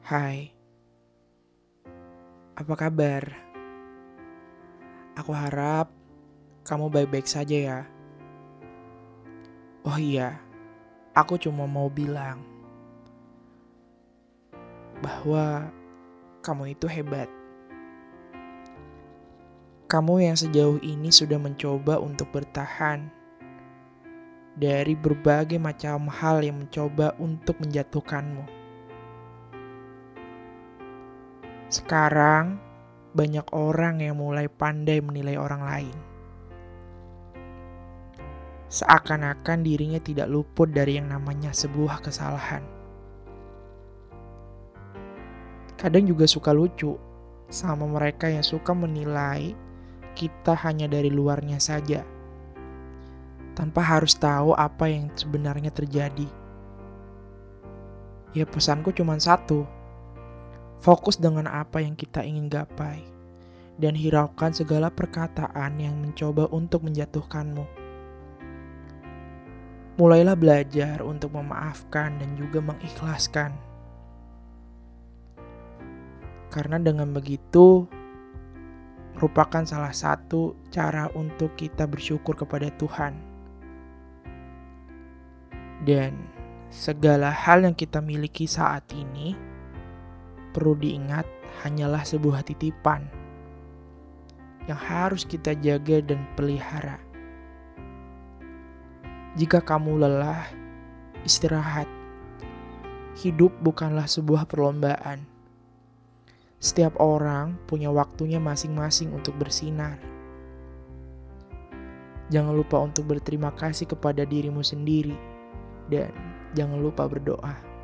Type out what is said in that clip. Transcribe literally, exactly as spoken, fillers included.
Hai, apa kabar? Aku harap kamu baik-baik saja ya. Oh iya, aku cuma mau bilang bahwa kamu itu hebat. Kamu yang sejauh ini sudah mencoba untuk bertahan dari berbagai macam hal yang mencoba untuk menjatuhkanmu. Sekarang, banyak orang yang mulai pandai menilai orang lain. Seakan-akan dirinya tidak luput dari yang namanya sebuah kesalahan. Kadang juga suka lucu sama mereka yang suka menilai kita hanya dari luarnya saja, tanpa harus tahu apa yang sebenarnya terjadi. Ya pesanku cuma satu, fokus dengan apa yang kita ingin gapai, dan hiraukan segala perkataan yang mencoba untuk menjatuhkanmu. Mulailah belajar untuk memaafkan dan juga mengikhlaskan. Karena dengan begitu, merupakan salah satu cara untuk kita bersyukur kepada Tuhan. Dan segala hal yang kita miliki saat ini, perlu diingat hanyalah sebuah titipan yang harus kita jaga dan pelihara. Jika kamu lelah, istirahat. Hidup bukanlah sebuah perlombaan. Setiap orang punya waktunya masing-masing untuk bersinar. Jangan lupa untuk berterima kasih kepada dirimu sendiri, dan jangan lupa berdoa.